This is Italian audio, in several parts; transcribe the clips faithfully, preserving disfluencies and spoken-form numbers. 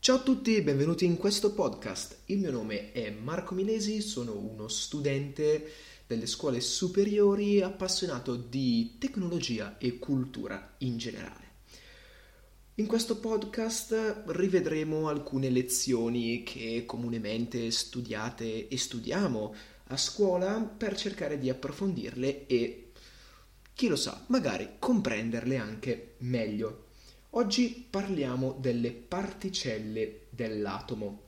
Ciao a tutti, benvenuti in questo podcast. Il mio nome è Marco Milesi, sono uno studente delle scuole superiori appassionato di tecnologia e cultura in generale. In questo podcast rivedremo alcune lezioni che comunemente studiate e studiamo a scuola per cercare di approfondirle e, chi lo sa, magari comprenderle anche meglio. Oggi parliamo delle particelle dell'atomo.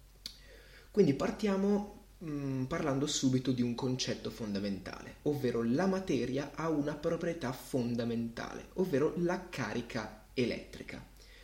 Quindi partiamo mh, parlando subito di un concetto fondamentale, ovvero la materia ha una proprietà fondamentale, ovvero la carica elettrica.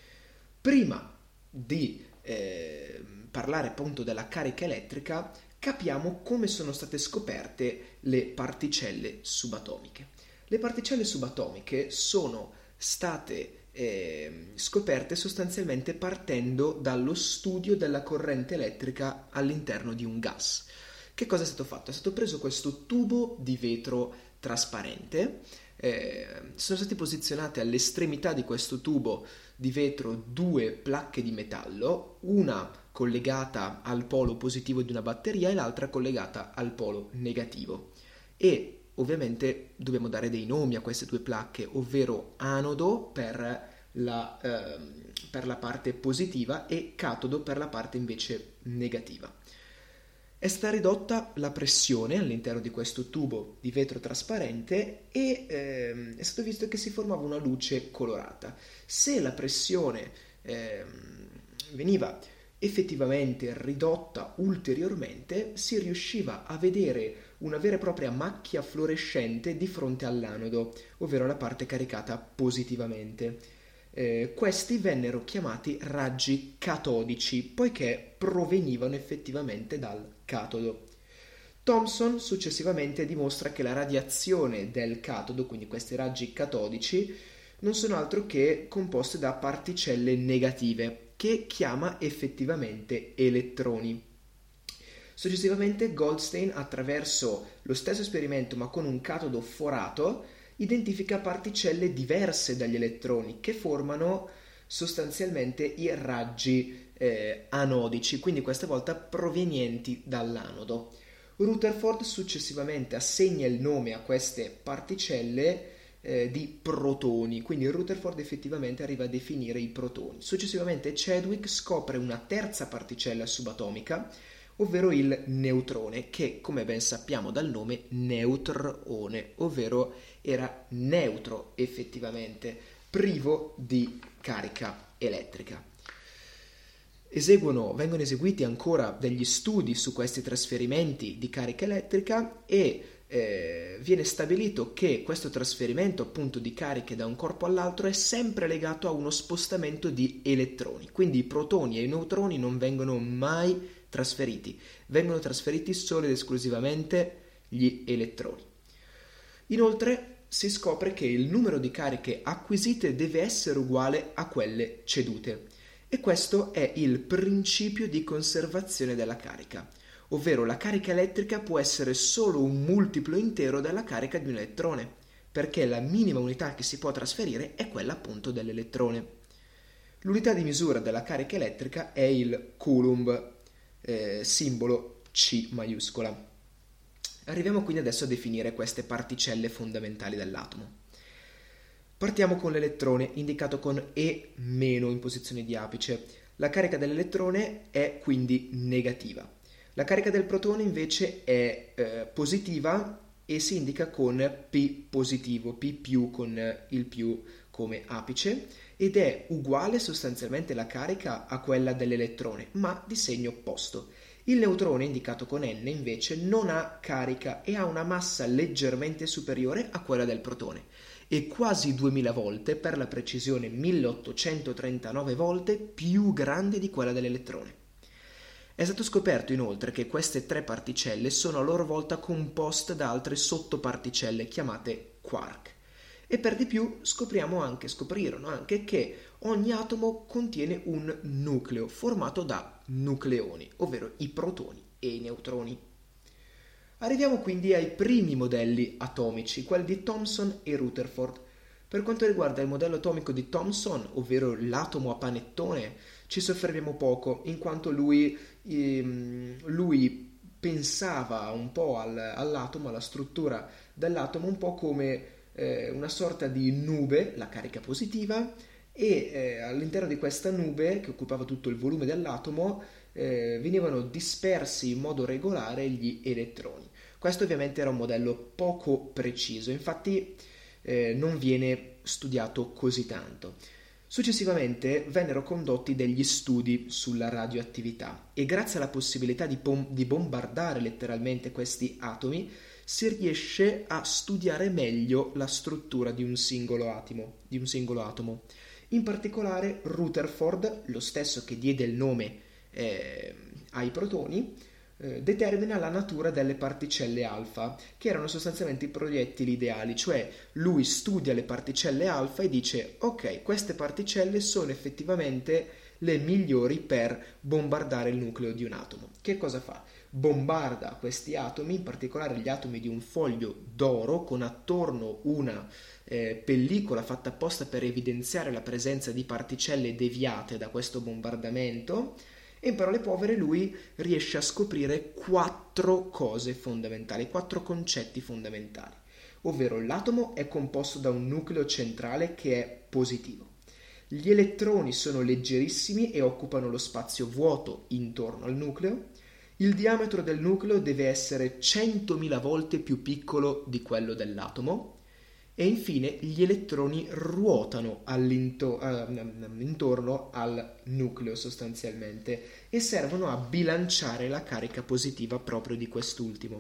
Prima di eh, parlare appunto della carica elettrica, capiamo come sono state scoperte le particelle subatomiche. Le particelle subatomiche sono state eh, scoperte sostanzialmente partendo dallo studio della corrente elettrica all'interno di un gas. Che cosa è stato fatto? È stato preso questo tubo di vetro trasparente, eh, sono state posizionate all'estremità di questo tubo di vetro due placche di metallo, una collegata al polo positivo di una batteria e l'altra collegata al polo negativo. E ovviamente dobbiamo dare dei nomi a queste due placche, ovvero anodo per la, eh, per la parte positiva e catodo per la parte invece negativa. È stata ridotta la pressione all'interno di questo tubo di vetro trasparente e eh, è stato visto che si formava una luce colorata. Se la pressione eh, veniva effettivamente ridotta ulteriormente, si riusciva a vedere una vera e propria macchia fluorescente di fronte all'anodo, ovvero la parte caricata positivamente. Eh, questi vennero chiamati raggi catodici, poiché provenivano effettivamente dal catodo. Thomson successivamente dimostra che la radiazione del catodo, quindi questi raggi catodici, non sono altro che composte da particelle negative, che chiama effettivamente elettroni. Successivamente Goldstein, attraverso lo stesso esperimento ma con un catodo forato, identifica particelle diverse dagli elettroni che formano sostanzialmente i raggi eh, anodici, quindi questa volta provenienti dall'anodo. Rutherford successivamente assegna il nome a queste particelle eh, di protoni, quindi Rutherford effettivamente arriva a definire i protoni. Successivamente Chadwick scopre una terza particella subatomica, ovvero il neutrone, che come ben sappiamo dal nome neutrone, ovvero era neutro effettivamente, privo di carica elettrica. Eseguono, vengono eseguiti ancora degli studi su questi trasferimenti di carica elettrica e eh, viene stabilito che questo trasferimento appunto di cariche da un corpo all'altro è sempre legato a uno spostamento di elettroni, quindi i protoni e i neutroni non vengono mai trasferiti, vengono trasferiti solo ed esclusivamente gli elettroni. Inoltre si scopre che il numero di cariche acquisite deve essere uguale a quelle cedute e questo è il principio di conservazione della carica, ovvero la carica elettrica può essere solo un multiplo intero della carica di un elettrone, perché la minima unità che si può trasferire è quella appunto dell'elettrone. L'unità di misura della carica elettrica è il coulomb, Eh, simbolo C maiuscola. Arriviamo quindi adesso a definire queste particelle fondamentali dell'atomo. Partiamo con l'elettrone, indicato con E- in posizione di apice. La carica dell'elettrone è quindi negativa. La carica del protone invece è eh, positiva e si indica con P positivo, P più con il più come apice, ed è uguale sostanzialmente la carica a quella dell'elettrone, ma di segno opposto. Il neutrone, indicato con N, invece, non ha carica e ha una massa leggermente superiore a quella del protone, e quasi duemila volte, per la precisione milleottocentotrentanove volte, più grande di quella dell'elettrone. È stato scoperto inoltre che queste tre particelle sono a loro volta composte da altre sottoparticelle chiamate quark. E per di più scopriamo anche, scoprirono anche che ogni atomo contiene un nucleo formato da nucleoni, ovvero i protoni e i neutroni. Arriviamo quindi ai primi modelli atomici, quelli di Thomson e Rutherford. Per quanto riguarda il modello atomico di Thomson, ovvero l'atomo a panettone, ci soffermiamo poco, in quanto lui, ehm, lui pensava un po' al, all'atomo, alla struttura dell'atomo, un po' come eh, una sorta di nube, la carica positiva, e eh, all'interno di questa nube, che occupava tutto il volume dell'atomo, eh, venivano dispersi in modo regolare gli elettroni. Questo ovviamente era un modello poco preciso, infatti eh, non viene studiato così tanto. Successivamente vennero condotti degli studi sulla radioattività e grazie alla possibilità di, pom- di bombardare letteralmente questi atomi si riesce a studiare meglio la struttura di un singolo atomo, di un singolo atomo. In particolare Rutherford, lo stesso che diede il nome eh, ai protoni, eh, determina la natura delle particelle alfa, che erano sostanzialmente i proiettili ideali, cioè lui studia le particelle alfa e dice ok, queste particelle sono effettivamente le migliori per bombardare il nucleo di un atomo. Che cosa fa? Bombarda questi atomi, in particolare gli atomi di un foglio d'oro, con attorno una eh, pellicola fatta apposta per evidenziare la presenza di particelle deviate da questo bombardamento. E in parole povere lui riesce a scoprire quattro cose fondamentali, quattro concetti fondamentali, ovvero l'atomo è composto da un nucleo centrale che è positivo. Gli elettroni sono leggerissimi e occupano lo spazio vuoto intorno al nucleo. Il diametro del nucleo deve essere centomila volte più piccolo di quello dell'atomo. E infine gli elettroni ruotano intorno al nucleo sostanzialmente e servono a bilanciare la carica positiva proprio di quest'ultimo.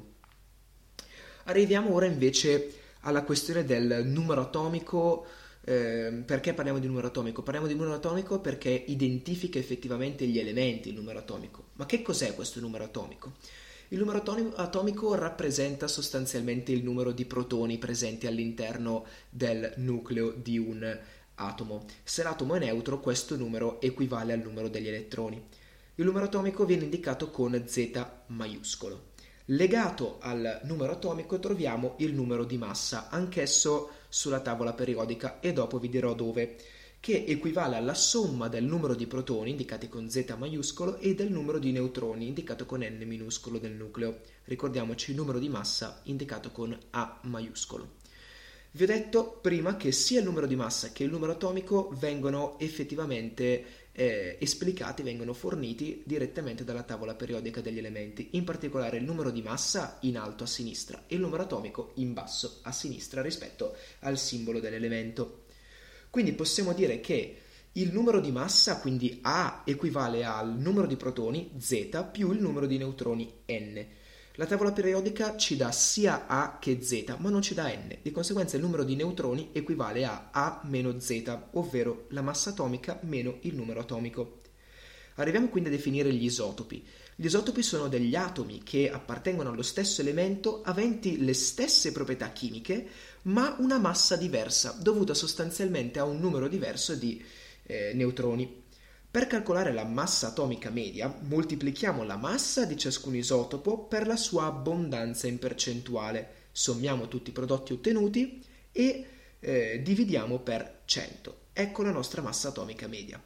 Arriviamo ora invece alla questione del numero atomico. Eh, perché parliamo di numero atomico? Parliamo di numero atomico perché identifica effettivamente gli elementi, il numero atomico. Ma che cos'è questo numero atomico? Il numero atomico rappresenta sostanzialmente il numero di protoni presenti all'interno del nucleo di un atomo. Se l'atomo è neutro, questo numero equivale al numero degli elettroni. Il numero atomico viene indicato con Z maiuscolo. Legato al numero atomico troviamo il numero di massa, anch'esso sulla tavola periodica, e dopo vi dirò dove, che equivale alla somma del numero di protoni, indicati con Z maiuscolo, e del numero di neutroni, indicato con N minuscolo del nucleo. Ricordiamoci il numero di massa, indicato con A maiuscolo. Vi ho detto prima che sia il numero di massa che il numero atomico vengono effettivamente eh, esplicati, vengono forniti direttamente dalla tavola periodica degli elementi, in particolare il numero di massa in alto a sinistra e il numero atomico in basso a sinistra rispetto al simbolo dell'elemento. Quindi possiamo dire che il numero di massa, quindi A, equivale al numero di protoni, Z, più il numero di neutroni, N. La tavola periodica ci dà sia A che Z, ma non ci dà N. Di conseguenza il numero di neutroni equivale a A meno Z, ovvero la massa atomica meno il numero atomico. Arriviamo quindi a definire gli isotopi. Gli isotopi sono degli atomi che appartengono allo stesso elemento, aventi le stesse proprietà chimiche, ma una massa diversa, dovuta sostanzialmente a un numero diverso di eh, neutroni. Per calcolare la massa atomica media, moltiplichiamo la massa di ciascun isotopo per la sua abbondanza in percentuale, sommiamo tutti i prodotti ottenuti e eh, dividiamo per cento. Ecco la nostra massa atomica media.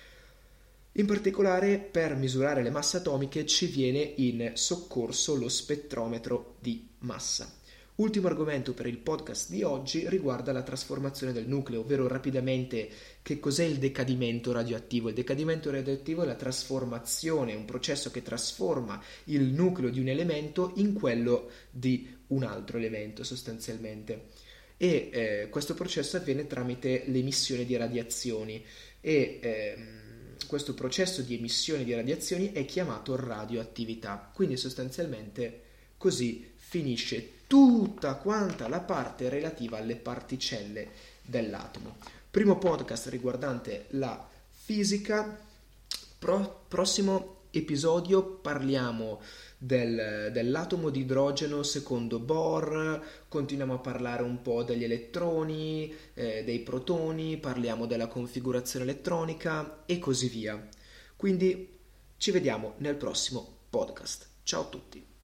In particolare, per misurare le masse atomiche ci viene in soccorso lo spettrometro di massa. Ultimo argomento per il podcast di oggi riguarda la trasformazione del nucleo, ovvero rapidamente che cos'è il decadimento radioattivo. Il decadimento radioattivo è la trasformazione, un processo che trasforma il nucleo di un elemento in quello di un altro elemento sostanzialmente. E eh, questo processo avviene tramite l'emissione di radiazioni e ehm, questo processo di emissione di radiazioni è chiamato radioattività. Quindi sostanzialmente così finisce tutta quanta la parte relativa alle particelle dell'atomo. Primo podcast riguardante la fisica. Pro- prossimo episodio parliamo del, dell'atomo di idrogeno secondo Bohr, continuiamo a parlare un po' degli elettroni, eh, dei protoni, parliamo della configurazione elettronica e così via. Quindi ci vediamo nel prossimo podcast. Ciao a tutti.